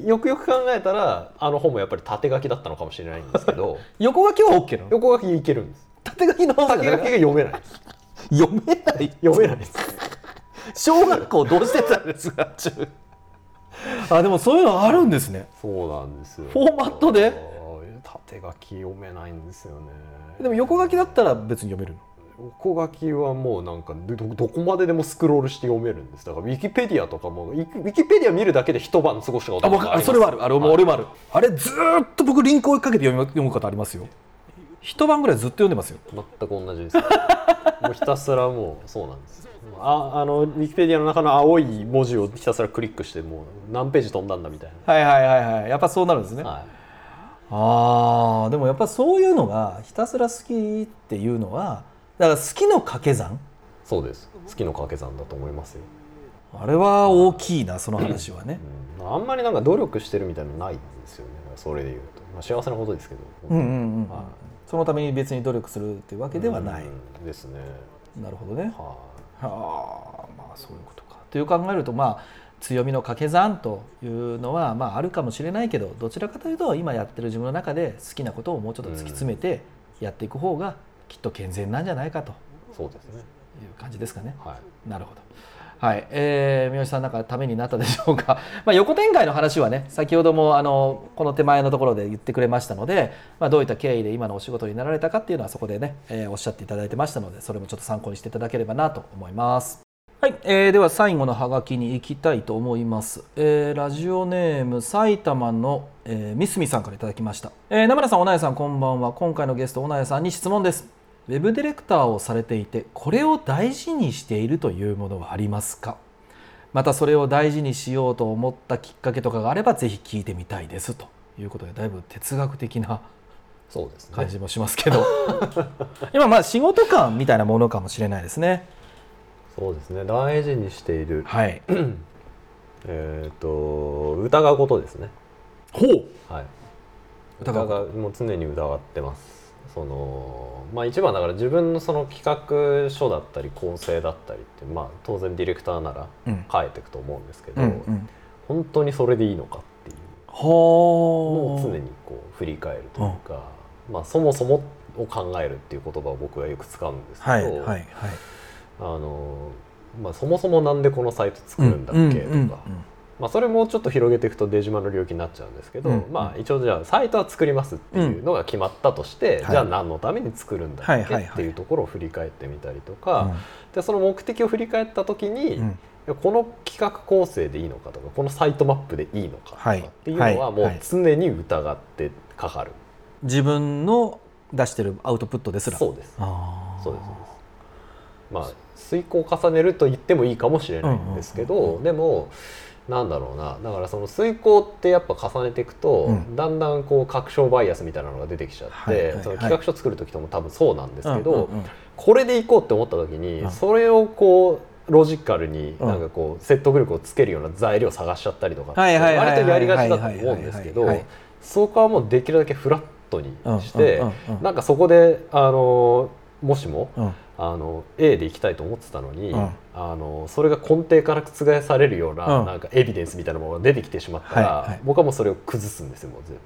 よくよく考えたらあの本もやっぱり縦書きだったのかもしれないんですけど
横書きは OK なの？
横書きいけるんです。
縦書きの
縦書きが読めないです。
読めない
読めないです
小学校どうしてたんですか？あ、でもそういうのあるんですね。
そうなんですよ。
フォーマットで
縦書き読めないんですよね。
でも横書きだったら別に読めるの？
横書きはもうなんか ど, どこまででもスクロールして読めるんです。だからウィキペディアとかもウィキペディア見るだけで一晩過ごしたことがあります。
あ、それはある。あれも俺もある。あれずっと僕リンクを追いかけて読む読むことありますよ。一晩ぐらいずっと読んでますよ。
全く同じです。もうひたすらもうそうなんです。ああのウィキペディアの中の青い文字をひたすらクリックしてもう何ページ飛んだんだみたいな。
はいはいはいはい。やっぱそうなるんですね。はい、ああ、でもやっぱそういうのがひたすら好きっていうのはだから好きの掛け算。
そうです。好きの掛け算だと思いますよ。
あれは大きいな、その話はね、
うん、あんまりなんか努力してるみたいなのないんですよね。それで言うと、まあ、幸せなことですけど、
うんうんうん、はい、そのために別に努力するっていうわけではない、
うん、ですね。
なるほどね。はあ、はあ、まあそういうことかという考えると、まあ強みの掛け算というのはまああるかもしれないけど、どちらかというと今やってる自分の中で好きなことをもうちょっと突き詰めてやっていく方がきっと健全なんじゃないかと、
そうですね、
いう感じですかね。
はい、
なるほど。はい、えー、三好さんなんかためになったでしょうか。まあ横展開の話はね、先ほどもあのこの手前のところで言ってくれましたので、まあ、どういった経緯で今のお仕事になられたかっていうのはそこでね、えー、おっしゃっていただいてましたので、それもちょっと参考にしていただければなと思います。はい、えー、では最後のハガキに行きたいと思います。えー、ラジオネーム埼玉の、えー、みすみさんからいただきました。えー、名村さん、おなやさん、こんばんは。今回のゲストおなやさんに質問です。ウェブディレクターをされていて、これを大事にしているというものはありますか？またそれを大事にしようと思ったきっかけとかがあればぜひ聞いてみたいですということで、だいぶ哲学的な感じもしますけど、今まあ仕事感みたいなものかもしれないですね。
そうですね、大事にしている、
はい、
えっと疑うことですね。
ほう、
はい、疑う、もう常に疑ってます。そのまあ、一番だから自分のその企画書だったり構成だったりって、まあ、当然ディレクターなら変えていくと思うんですけど、うんうんうん、本当にそれでいいのかっていうのを常にこう振り返るというか、うん、まあ、そもそもを考えるっていう言葉を僕はよく使うんですけど、はいはいはい、あのまあ、そもそもなんでこのサイト作るんだっけ、うんうんうんうん、とか、まあ、それもちょっと広げていくと出島の領域になっちゃうんですけど、うんうん、まあ、一応じゃあサイトは作りますっていうのが決まったとして、うん、じゃあ何のために作るんだっけっていうところを振り返ってみたりとか、うん、でその目的を振り返った時に、うん、この企画構成でいいのかとかこのサイトマップでいいのかとかっていうのはもう常に疑ってかかる。
自分の出してるアウトプットですら。
そうです。あ、そうです。まあ遂行を重ねると言ってもいいかもしれないんですけど、うんうんうんうん、でもなんだろうな、だからその遂行ってやっぱ重ねていくと、うん、だんだんこう確証バイアスみたいなのが出てきちゃって、はいはいはい、その企画書作る時とも多分そうなんですけど、うんうんうん、これでいこうって思った時に、うん、それをこうロジカルになんかこう説得力をつけるような材料を探しちゃったりとかって割とやりがちだと思うんですけど、そこはもうできるだけフラットにして、なんかそこであのもしも、うん、あの A で行きたいと思ってたのに、うん、あのそれが根底から覆されるような、うん、なんかエビデンスみたいなものが出てきてしまったら、はいはい、僕はもうそれを崩すんですよ。もう全部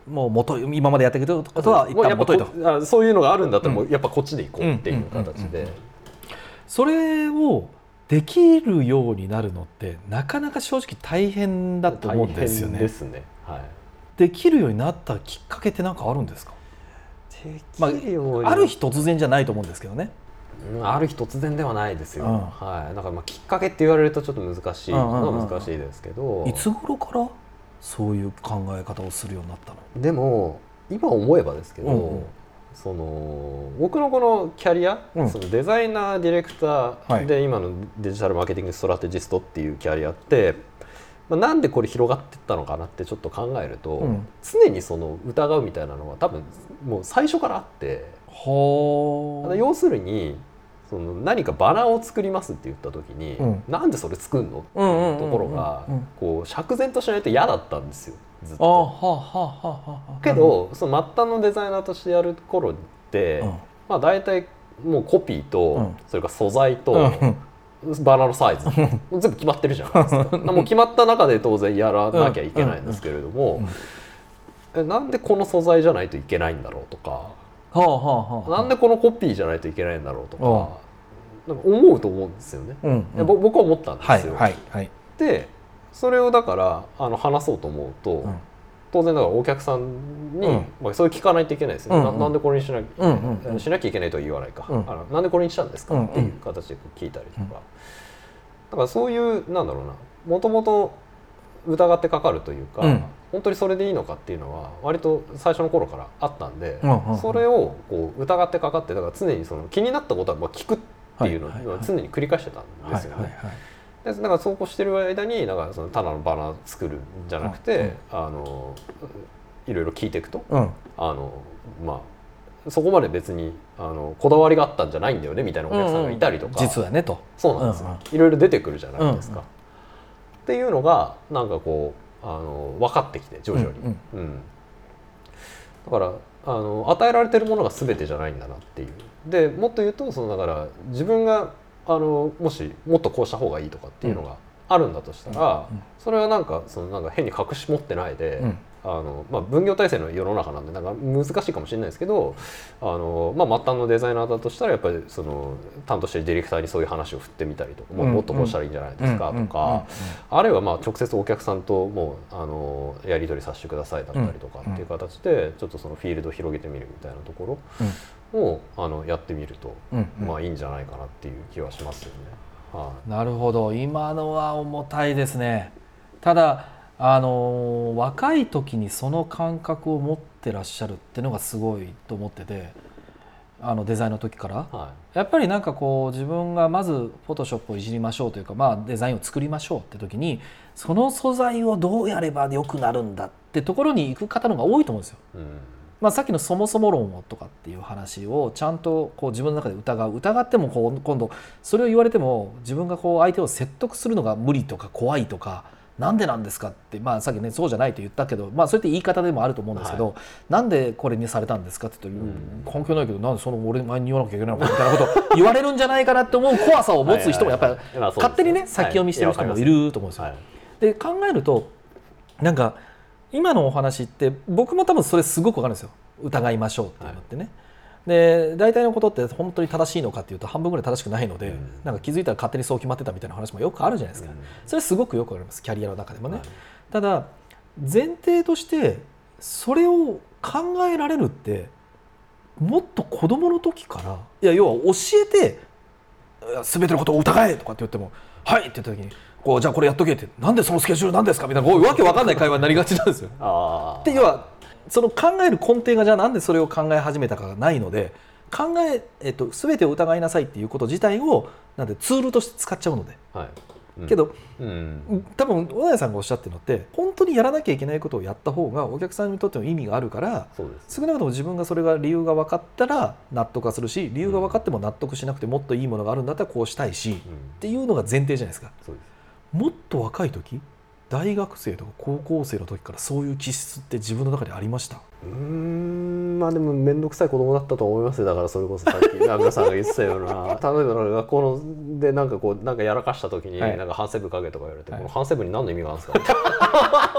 もう元今までやってきたことは一旦元いと、
あそういうのがあるんだったらもうやっぱこっちで行こうっていう形で、
それをできるようになるのってなかなか正直大変だと思うんですよね。
大変ですね、はい、
できるようになったきっかけって何かあるんですか？まあ、ある日突然じゃないと思うんですけどね。
ある日突然ではないですよ、うんはい、だからまあきっかけって言われるとちょっと難しいのは難しいですけど、
いつ頃からそういう考え方をするようになったの？
でも今思えばですけど、うんうん、その僕のこのキャリア、うん、そのデザイナーディレクターで今のデジタルマーケティングストラテジストっていうキャリアって、まあ、なんでこれ広がっていったのかなってちょっと考えると、うん、常にその疑うみたいなのは多分もう最初からあって、
は
要するにその何かバナーを作りますって言った時に、うん、なんでそれ作んのっていうところがこう釈然としないと嫌だったんですよずっと。
あはははは
けどその末端のデザイナーとしてやる頃って、うん、まあ大体もうコピーと、うん、それから素材と、うん、バナーのサイズ全部決まってるじゃないですか。もう決まった中で当然やらなきゃいけないんですけれども、えなんでこの素材じゃないといけないんだろうとか。
はあはあはあ、
なんでこのコピーじゃないといけないんだろうとか、なんか思うと思うんですよね、うんうん、僕は思ったんですよ、
はいはいはい、
でそれをだからあの話そうと思うと、うん、当然だからお客さんに、うんまあ、それ聞かないといけないですよね、うんうん、な, なんでこれにしなきゃ、うんうん、しなきゃいけないとは言わないか、うん、あのなんでこれにしたんですか、うんうん、っていう形で聞いたりとか、うん、だからそういうなんだろうなもともと疑ってかかるというか、うん、本当にそれでいいのかっていうのは割と最初の頃からあったんで、うんうんうん、それをこう疑ってかかってだから常にその気になったことはまあ聞くっていうのを常に繰り返してたんですよね。だからそうこうしてる間にだからそのただのバナー作るんじゃなくて、うんうん、あのいろいろ聞いていくと、うん、あのまあそこまで別にあのこだわりがあったんじゃないんだよねみたいなお客さんがいたりとか、
うんうん、実はねと
そうなんですよ、うんうん、いろいろ出てくるじゃないですか、うんうん、っていうのがなんかこうあの分かってきて徐々に、うんうんうん、だからあの与えられてるものが全てじゃないんだなっていう。でもっと言うとそのだから自分があのもしもっとこうした方がいいとかっていうのがあるんだとしたら、うん、それはなんかそのなんか変に隠し持ってないで、うん、あのまあ、分業体制の世の中なんでなんか難しいかもしれないですけどあの、まあ、末端のデザイナーだとしたらやっぱりその担当してるディレクターにそういう話を振ってみたりとか、うん、もっとこうしたらいいんじゃないですかとか、あるいはまあ直接お客さんともうあのやり取りさせてくださいだったりとかっていう形でちょっとそのフィールドを広げてみるみたいなところをあのやってみると、まあいいんじゃないかなっていう気はしますよね。は
い、なるほど、今のは重たいですね。ただあの若い時にその感覚を持ってらっしゃるっていうのがすごいと思ってて、あのデザインの時から、はい、やっぱりなんかこう自分がまずフォトショップをいじりましょうというか、まあ、デザインを作りましょうって時にその素材をどうやれば良くなるんだってところに行く方の方が多いと思うんですよ。うんまあ、さっきのそもそも論をとかっていう話をちゃんとこう自分の中で疑う疑ってもこう今度それを言われても自分がこう相手を説得するのが無理とか怖いとかなんでなんですかって、まあ、さっきねそうじゃないと言ったけど、まあ、そういった言い方でもあると思うんですけど、はい、なんでこれにされたんですかって言うと、うん、関係ないけどなんでその俺前に言わなきゃいけないのかみたいなこと言われるんじゃないかなって思う怖さを持つ人もやっぱり勝手にね先読みしてる人もいると思うんですよ。はい、で考えるとなんか今のお話って僕も多分それすごく分かるんですよ。疑いましょうっていうのってね、はい、で大体のことって本当に正しいのかっていうと半分ぐらい正しくないので、うん、なんか気づいたら勝手にそう決まってたみたいな話もよくあるじゃないですか、うん、それはすごくよくありますキャリアの中でもね、はい、ただ前提としてそれを考えられるってもっと子供の時からいや要は教えて全てのことを疑えとかって言ってもはいって言った時にこうじゃあこれやっとけってなんでそのスケジュールなんですかみたいなこういうわけわかんない会話になりがちなんですよ。あって要はその考える根底がじゃあなんでそれを考え始めたかがないので考え、えっと、全てを疑いなさいっていうこと自体をなんでツールとして使っちゃうので、はいうん、けど、うん、多分小田谷さんがおっしゃってるのって本当にやらなきゃいけないことをやった方がお客さんにとっても意味があるから少なくとも自分がそれが理由が分かったら納得はするし理由が分かっても納得しなくてもっといいものがあるんだったらこうしたいし、うん、っていうのが前提じゃないですか。そうです。もっと若い時大学生とか高校生の時からそういう気質って自分の中でありました？
うーんまあでも面倒くさい子供だったと思いますよ。だからそれこそさっき名倉さんが言ってたような例えば学校のでなんかこうなんかやらかした時に、はい、なんか反省部書けとか言われて、はい、この反省部に何の意味があるんですか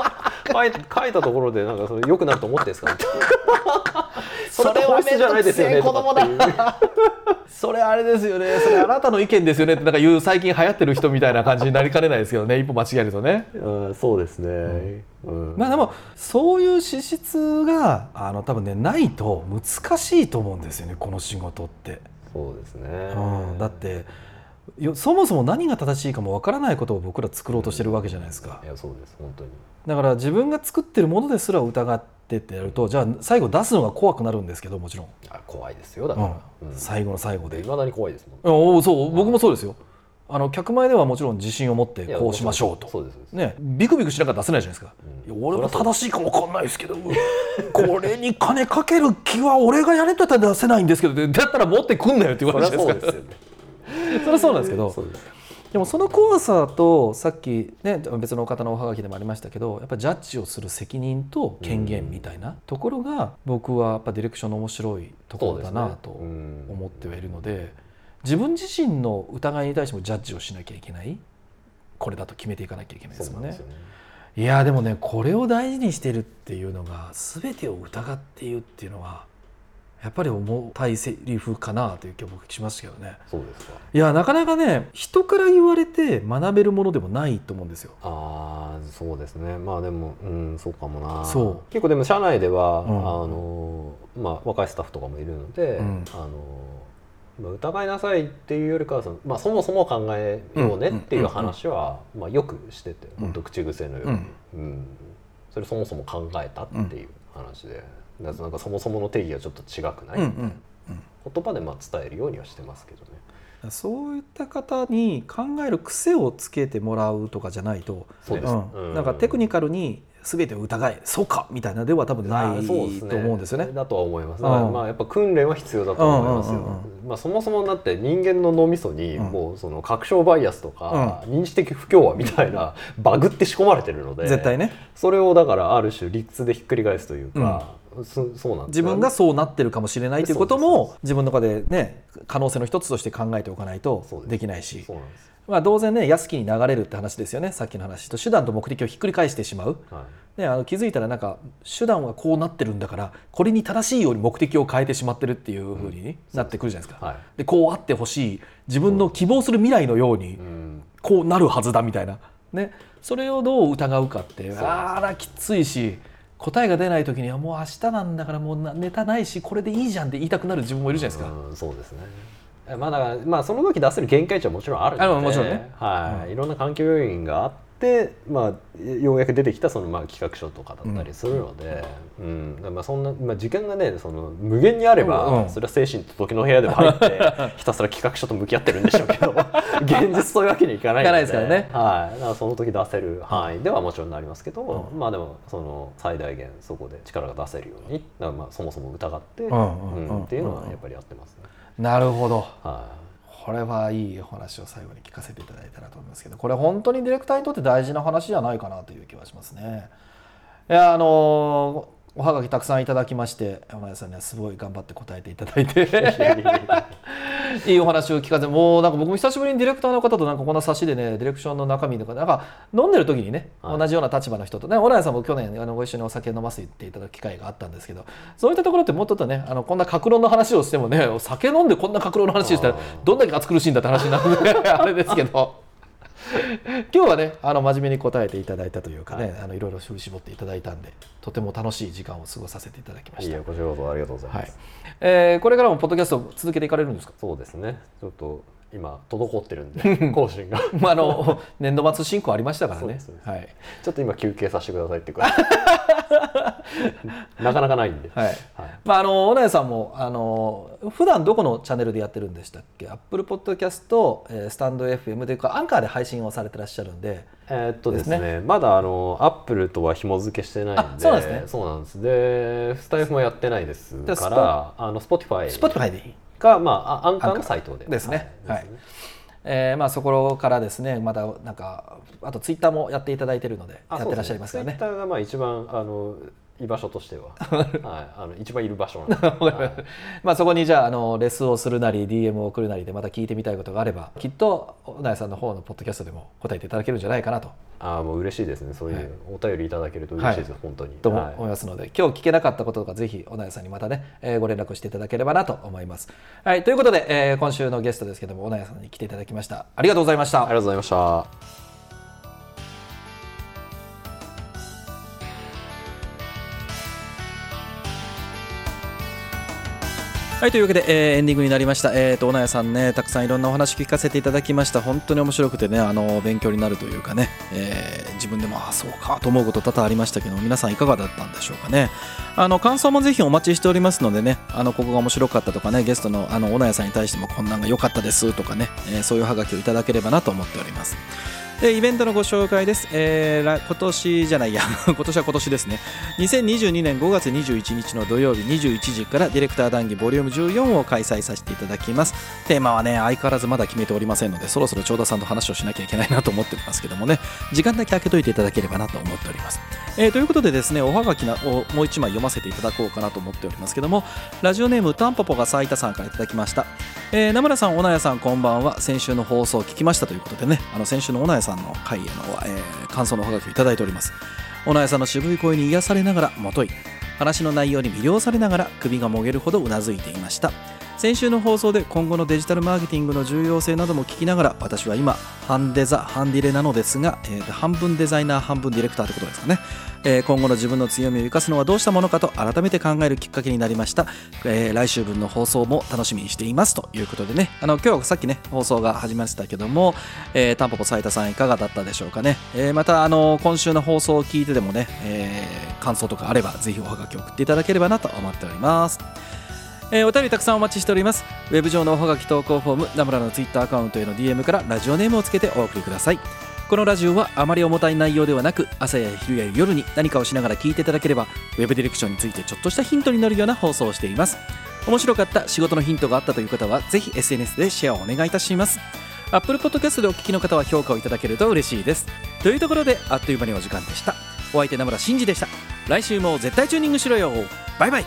書い書いたところでなんかそれ良くなると思ってんですかそれは質じゃないですよねとかっていう
それあれですよね、それあなたの意見ですよねってなんか言う最近流行ってる人みたいな感じになりかねないですけどね、一歩間違えるとね。
うん、そうですね、うんうん、
まあでもそういう資質があの多分ねないと難しいと思うんですよね、この仕事って。
そうですね、
うん、だってそもそも何が正しいかもわからないことを僕ら作ろうとしてるわけじゃないですか。
いやそうです本当に。
だから自分が作ってるものですら疑ってってやると、じゃあ最後出すのが怖くなるんですけど、もちろん
あ怖いですよだから、
うんうん、最後の最後で
いまだに怖いですも
ん。おそう僕もそうですよ。あの客前ではもちろん自信を持ってこうしましょうと、
そうですそうです、ね、
ビクビクしながら出せないじゃないですか、うん、いや俺も正しいかも分かんないですけどこれに金かける気は俺がやれとったら出せないんですけど、だったら持ってくんなよって言われるじゃないですか。そりゃそうですよねそれはそうなんですけど、そうです。でもその怖さとさっきね別の方のおはがきでもありましたけど、やっぱジャッジをする責任と権限みたいなところが僕はやっぱディレクションの面白いところだなと思ってはいるので、自分自身の疑いに対してもジャッジをしなきゃいけない、これだと決めていかなきゃいけないですもんね。いやでもね、これを大事にしてるっていうのが全てを疑っているっていうのはやっぱり重たいセリフかなという気が僕しましたけどね。
そうですか。
いやなかなかね人から言われて学べるものでもないと思うんですよ。
ああそうですね。まあでもうんそうかもな。
そう
結構でも社内では、
うん、
あのまあ若いスタッフとかもいるので、うん、あの疑いなさいっていうよりかはその、まあ、そもそも考えようねっていう話は、まあ、よくしてて、本当口癖のように、うんうん、それそもそも考えたっていう話で、だからなんかそもそもの定義はちょっと違くない、うんうんうん、言葉でまあ伝えるようにはしてますけどね。
そういった方に考える癖をつけてもらうとかじゃないと、
そうです、
うん、なんかテクニカルに全てを疑えそうかみたいなでは多分ないと思うんですよね。
だとは思います。だからまあやっぱ訓練は必要だと思いますよ。まあそもそもだって人間の脳みそにもうその確証バイアスとか認知的不協和みたいなバグって仕込まれてるので、
絶対ね。
それをだからある種理屈でひっくり返すというか、うん、そ, そうなんですよね。
自分がそうなってるかもしれないということも自分の中でね可能性の一つとして考えておかないとできないし。そうなんです。まあ、当然ね安きに流れるって話ですよね。さっきの話と手段と目的をひっくり返してしまう、はい、ね、あの気づいたらなんか手段はこうなってるんだからこれに正しいように目的を変えてしまってるっていう風になってくるじゃないですか、うん、はい、でこうあってほしい自分の希望する未来のようにこうなるはずだみたいな、ね、それをどう疑うかってあらきついし、答えが出ない時にはもう明日なんだからもうネタないしこれでいいじゃんって言いたくなる自分もいるじゃないですか、
うん、そうですね。まあだからまあその時出せる限界値はもちろんあるので、
あもちろんね、
はい、うん、いろんな環境要因があって、まあ、ようやく出てきたそのまあ企画書とかだったりするので、うんうん、まあそんな、まあ、時間がねその無限にあれば、うん、それは精神と時の部屋でも入ってひたすら企画書と向き合ってるんでしょうけど現実そういうわけにいかないので、
いかないですからね、
はい、だからその時出せる範囲ではもちろんなりますけど、うん、まあでもその最大限そこで力が出せるようにだからまあそもそも疑って、うんうん、っていうのはやっぱりやってますね。
なるほど、
はい、
これはいいお話を最後に聞かせていただいたらと思いますけど、これ本当にディレクターにとって大事な話じゃないかなという気はしますね。いやあのおはがきたくさんいただきまして山谷さんにはすごい頑張って答えていただいていいお話を聞かせて、もうなんか僕も久しぶりにディレクターの方となんかこんな差しでねディレクションの中身とかなんか飲んでる時にね、はい、同じような立場の人とね、小谷さんも去年あのご一緒にお酒飲ませていただく機会があったんですけど、そういったところってもうちょっとねあのこんな格論の話をしてもね、酒飲んでこんな格論の話をしたらどんだけ暑苦しいんだって話になるのであれですけど今日はねあの真面目に答えていただいたというかね、はい、あのいろいろ絞っていただいたんでとても楽しい時間を過ごさせていただきました。
いやこちらこそありがとうございます、はい、
えー、これからもポッドキャストを続けていかれるんですか？
そうですね、ちょっと今滞ってるんで更新が
まああの年度末進行ありましたからね、はい、
ちょっと今休憩させてくださいっていうかなかなかないんで、
はいはい、まああの小谷さんもあの普段どこのチャンネルでやってるんでしたっけ？ Apple Podcast、スタンド エフエム というかアンカーで配信をされてらっしゃるんで、
えー、っとですね、ですねまだあの Apple とは紐付けしてないんで、
そうなんですね。
そうなんです。でスタイフもやってないですからあの Spotify
Spotify でいい
か、まあ、アンカーのサイトで
ですね、はいはい、えーまあ、そこからですねまたなんかあとツイッターもやっていただいているのでやってらっしゃいますからね。
ツイッターがまあ一番あの居場所としては、はい、あの一番いる場所なんで、はい、
まあそこにじゃあ、あのレスをするなり ディーエム を送るなりでまた聞いてみたいことがあればきっと小田井さんの方のポッドキャストでも答えていただけるんじゃないかなと。
あもう嬉しいですね。そういうお便りいただけると嬉しいです、はい、本当に
と思いますので、はい、今日聞けなかったこととかぜひ小田井さんにまたね、えー、ご連絡していただければなと思います。はい、ということで、えー、今週のゲストですけども小田井さんに来ていただきました。ありがとうございました。
ありがとうございました。
はい、というわけで、えー、エンディングになりました。えーと、小野谷さんね、たくさんいろんなお話聞かせていただきました。本当に面白くてね、あの勉強になるというかね、えー、自分でもあそうかと思うこと多々ありましたけど、皆さんいかがだったんでしょうかね。あの感想もぜひお待ちしておりますのでね、あのここが面白かったとかね、ゲストのあの小野谷さんに対してもこんなんが良かったですとかね、えー、そういうハガキをいただければなと思っております。でイベントのご紹介です、えー、今年じゃないや今年は今年ですね。にせんにじゅうにねんごがつにじゅういちにちの土曜日にじゅういちじからディレクター談義ボリュームじゅうよんを開催させていただきます。テーマはね相変わらずまだ決めておりませんので、そろそろ長田さんと話をしなきゃいけないなと思っておりますけどもね、時間だけ空けといていただければなと思っております。えー、ということでですね、おはがきなをもう一枚読ませていただこうかなと思っておりますけども、ラジオネームタンポポが斉田さんからいただきました。えー、名村さん、小野谷さん、こんばんは。先週の放送を聞きましたということでね、あの先週の小野谷さんの回への、えー、感想のおはがきをいただいております。小野谷さんの渋い声に癒されながらもとい、話の内容に魅了されながら首がもげるほどうなずいていました。先週の放送で今後のデジタルマーケティングの重要性なども聞きながら、私は今ハンデザハンディレなのですが、えー、半分デザイナー半分ディレクターってことですかね。えー、今後の自分の強みを生かすのはどうしたものかと改めて考えるきっかけになりました。えー、来週分の放送も楽しみにしていますということでね、あの今日はさっきね放送が始まりましたけども、えー、タンポポ斉田さんいかがだったでしょうかね。えー、またあの今週の放送を聞いてでもね、えー、感想とかあればぜひおはがきを送っていただければなと思っております。えー、お便りたくさんお待ちしております。ウェブ上のおはがき投稿フォーム、ナムラのツイッターアカウントへの ディーエム からラジオネームをつけてお送りください。このラジオはあまり重たい内容ではなく、朝や昼や夜に何かをしながら聞いていただければ、ウェブディレクションについてちょっとしたヒントになるような放送をしています。面白かった、仕事のヒントがあったという方はぜひ エスエヌエス でシェアをお願いいたします。 Apple Podcast でお聞きの方は評価をいただけると嬉しいです。というところであっという間にお時間でした。お相手名村真司でした。来週も絶対チューニングしろよ。バイバイ。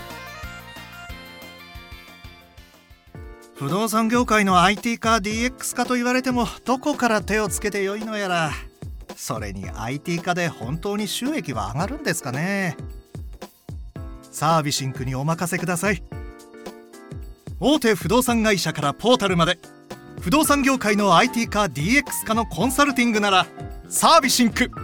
不動産業界の アイティー 化 ディーエックス 化と言われてもどこから手をつけてよいのやら。それに アイティー 化で本当に収益は上がるんですかね。サービシンクにお任せください。大手不動産会社からポータルまで、不動産業界の アイティー 化 ディーエックス 化のコンサルティングならサービシンク。